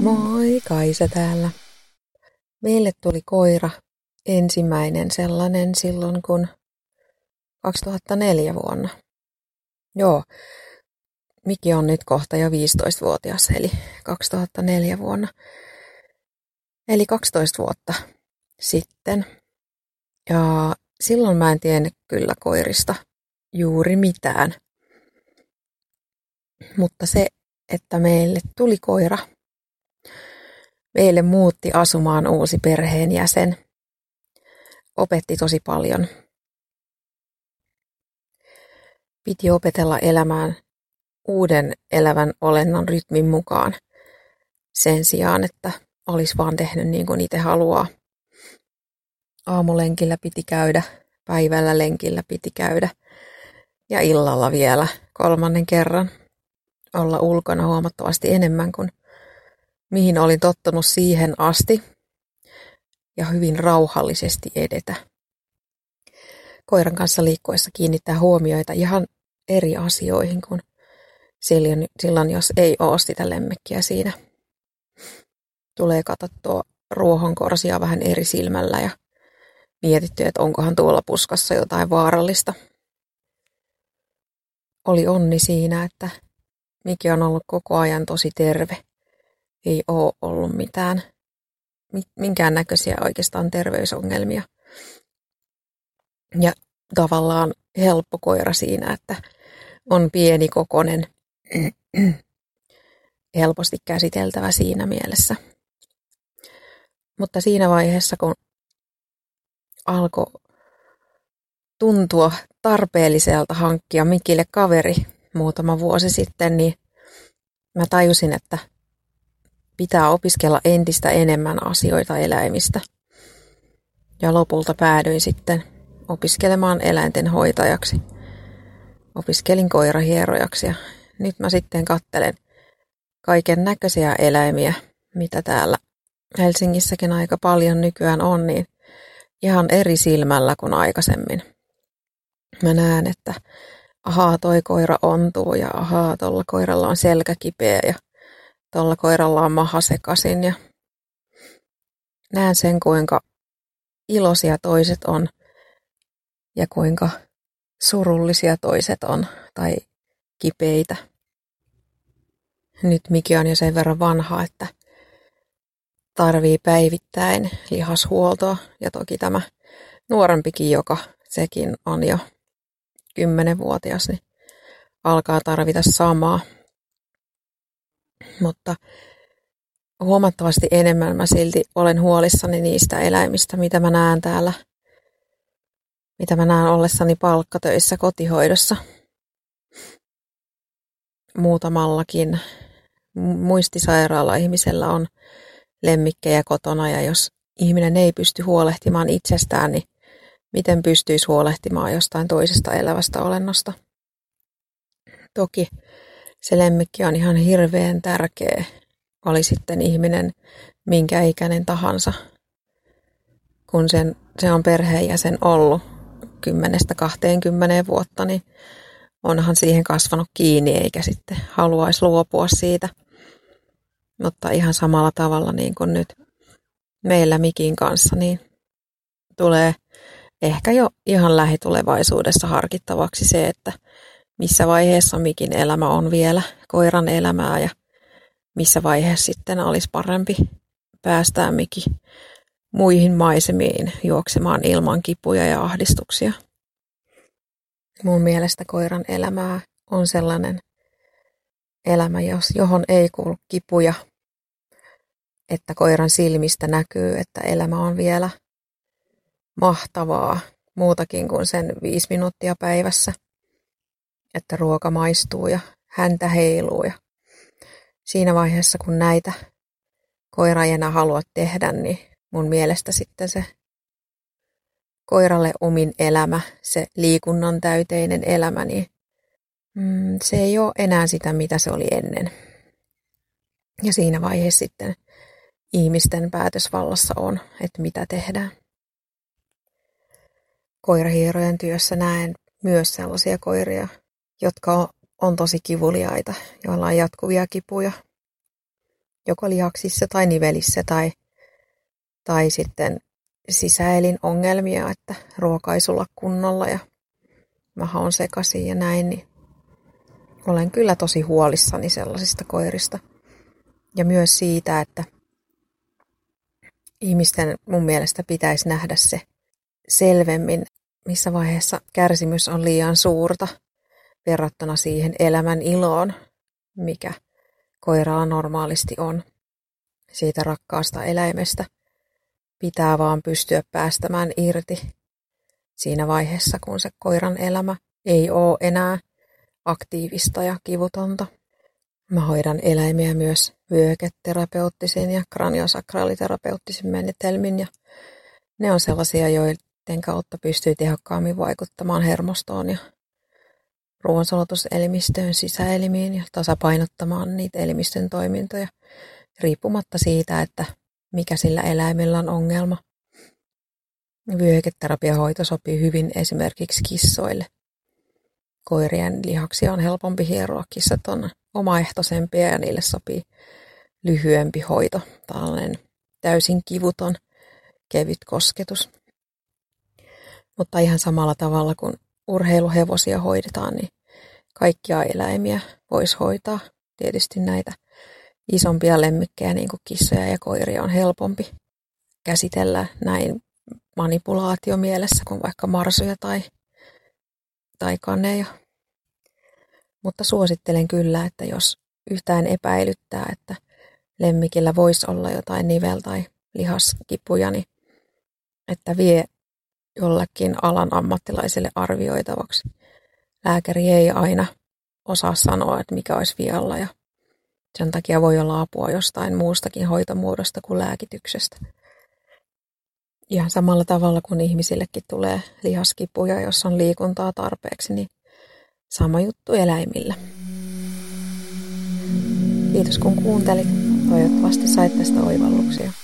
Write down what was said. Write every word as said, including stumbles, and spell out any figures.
Moi, Kaisa täällä. Meille tuli koira, ensimmäinen sellainen silloin kun kaksituhattaneljä vuonna. Joo, Miki on nyt kohta jo viisitoistavuotias, eli kaksituhattaneljä vuonna. Eli kaksitoista vuotta sitten. Ja silloin mä en tiennyt kyllä koirista juuri mitään. Mutta se, että meille tuli koira, meille muutti asumaan uusi perheenjäsen, opetti tosi paljon. Piti opetella elämään uuden elävän olennon rytmin mukaan sen sijaan, että olisi vaan tehnyt niin kuin itse haluaa. Aamulenkillä piti käydä, päivällä lenkillä piti käydä ja illalla vielä kolmannen kerran olla ulkona huomattavasti enemmän kuin mihin olin tottunut siihen asti ja hyvin rauhallisesti edetä. Koiran kanssa liikkuessa kiinnittää huomioita ihan eri asioihin kuin silloin, silloin jos ei ole sitä lemmikkiä siinä. Tulee katsottua ruohonkorsia vähän eri silmällä ja mietitty, että onkohan tuolla puskassa jotain vaarallista. Oli onni siinä, että Miki on ollut koko ajan tosi terve. Ei ole ollut mitään, minkään näköisiä oikeastaan terveysongelmia. Ja tavallaan helppo koira siinä, että on pieni kokonen, helposti käsiteltävä siinä mielessä. Mutta siinä vaiheessa, kun alkoi tuntua tarpeelliselta hankkia Mikille kaveri muutama vuosi sitten, niin mä tajusin, että pitää opiskella entistä enemmän asioita eläimistä. Ja lopulta päädyin sitten opiskelemaan eläinten hoitajaksi. Opiskelin koirahierojaksi ja nyt mä sitten katselen kaiken näköisiä eläimiä, mitä täällä Helsingissäkin aika paljon nykyään on, niin ihan eri silmällä kuin aikaisemmin. Mä näen, että ahaa, toi koira ontuu ja ahaa, tolla koiralla on selkä kipeä ja tolla koiralla on maha sekaisin ja näen sen, kuinka iloisia toiset on ja kuinka surullisia toiset on tai kipeitä. Nyt Miki on jo sen verran vanha, että tarvii päivittäin lihashuoltoa ja toki tämä nuorempikin, joka sekin on jo kymmenvuotias, niin alkaa tarvita samaa. Mutta huomattavasti enemmän mä silti olen huolissani niistä eläimistä, mitä mä näen täällä, mitä mä näen ollessani palkkatöissä kotihoidossa. Muutamallakin muistisairaalla ihmisellä on lemmikkejä kotona ja jos ihminen ei pysty huolehtimaan itsestään, niin miten pystyisi huolehtimaan jostain toisesta elävästä olennosta? Toki se lemmikki on ihan hirveän tärkeä, oli sitten ihminen minkä ikäinen tahansa. Kun sen, se on perheenjäsen ollut kymmenestä kahteenkymmeneen vuotta, niin onhan siihen kasvanut kiinni eikä sitten haluaisi luopua siitä. Mutta ihan samalla tavalla niin kuin nyt meillä Mikin kanssa, niin tulee ehkä jo ihan lähitulevaisuudessa harkittavaksi se, että missä vaiheessa Mikin elämä on vielä koiran elämää ja missä vaiheessa sitten olisi parempi päästää Miki muihin maisemiin juoksemaan ilman kipuja ja ahdistuksia. Mun mielestä koiran elämää on sellainen elämä, johon ei kuulu kipuja, että koiran silmistä näkyy, että elämä on vielä mahtavaa muutakin kuin sen viisi minuuttia päivässä, että ruoka maistuu ja häntä heiluu. Ja siinä vaiheessa, kun näitä koira ei enää halua tehdä, niin mun mielestä sitten se koiralle omin elämä, se liikunnan täyteinen elämä, niin mm, se ei ole enää sitä, mitä se oli ennen. Ja siinä vaiheessa sitten ihmisten päätösvallassa on, että mitä tehdään. Koirahierojen työssä näen myös sellaisia koiria, jotka on tosi kivuliaita, joilla on jatkuvia kipuja. joko lihaksissa tai nivelissä tai, tai sitten sisäelinongelmia, että ruoka ei sulla kunnolla ja maha on sekaisin ja näin, niin olen kyllä tosi huolissani sellaisista koirista. Ja myös siitä, että ihmisten mun mielestä pitäisi nähdä se selvemmin, missä vaiheessa kärsimys on liian suurta verrattuna siihen elämän iloon, mikä koiralla normaalisti on. Siitä rakkaasta eläimestä pitää vaan pystyä päästämään irti siinä vaiheessa, kun se koiran elämä ei ole enää aktiivista ja kivutonta. Mä hoidan eläimiä myös vyöhyketerapeuttisin ja kraniosakraaliterapeuttisen menetelmin, ja ne on sellaisia, joiden kautta pystyy tehokkaammin vaikuttamaan hermostoon ja ruoansulatuselimistöön, sisäelimiin ja tasapainottamaan niitä elimistön toimintoja riippumatta siitä, että mikä sillä eläimellä on ongelma. Vyöhyketerapiahoito sopii hyvin esimerkiksi kissoille. Koirien lihaksia on helpompi hieroa, kissat on omaehtoisempia ja niille sopii lyhyempi hoito, tällainen täysin kivuton, kevyt kosketus. Mutta ihan samalla tavalla kuin urheiluhevosia hoidetaan, niin kaikkia eläimiä voisi hoitaa. Tietysti näitä isompia lemmikkejä, niin kuin kissoja ja koiria, on helpompi käsitellä näin manipulaatiomielessä kuin vaikka marsuja tai, tai kaneja. Mutta suosittelen kyllä, että jos yhtään epäilyttää, että lemmikillä voisi olla jotain nivel- tai lihaskipuja, niin että vie jollekin alan ammattilaiselle arvioitavaksi. Lääkäri ei aina osaa sanoa, että mikä olisi vialla, ja sen takia voi olla apua jostain muustakin hoitomuodosta kuin lääkityksestä. Ihan samalla tavalla kuin ihmisillekin tulee lihaskipuja, jos on liikuntaa tarpeeksi, niin sama juttu eläimillä. Kiitos kun kuuntelit. Toivottavasti sait tästä oivalluksia.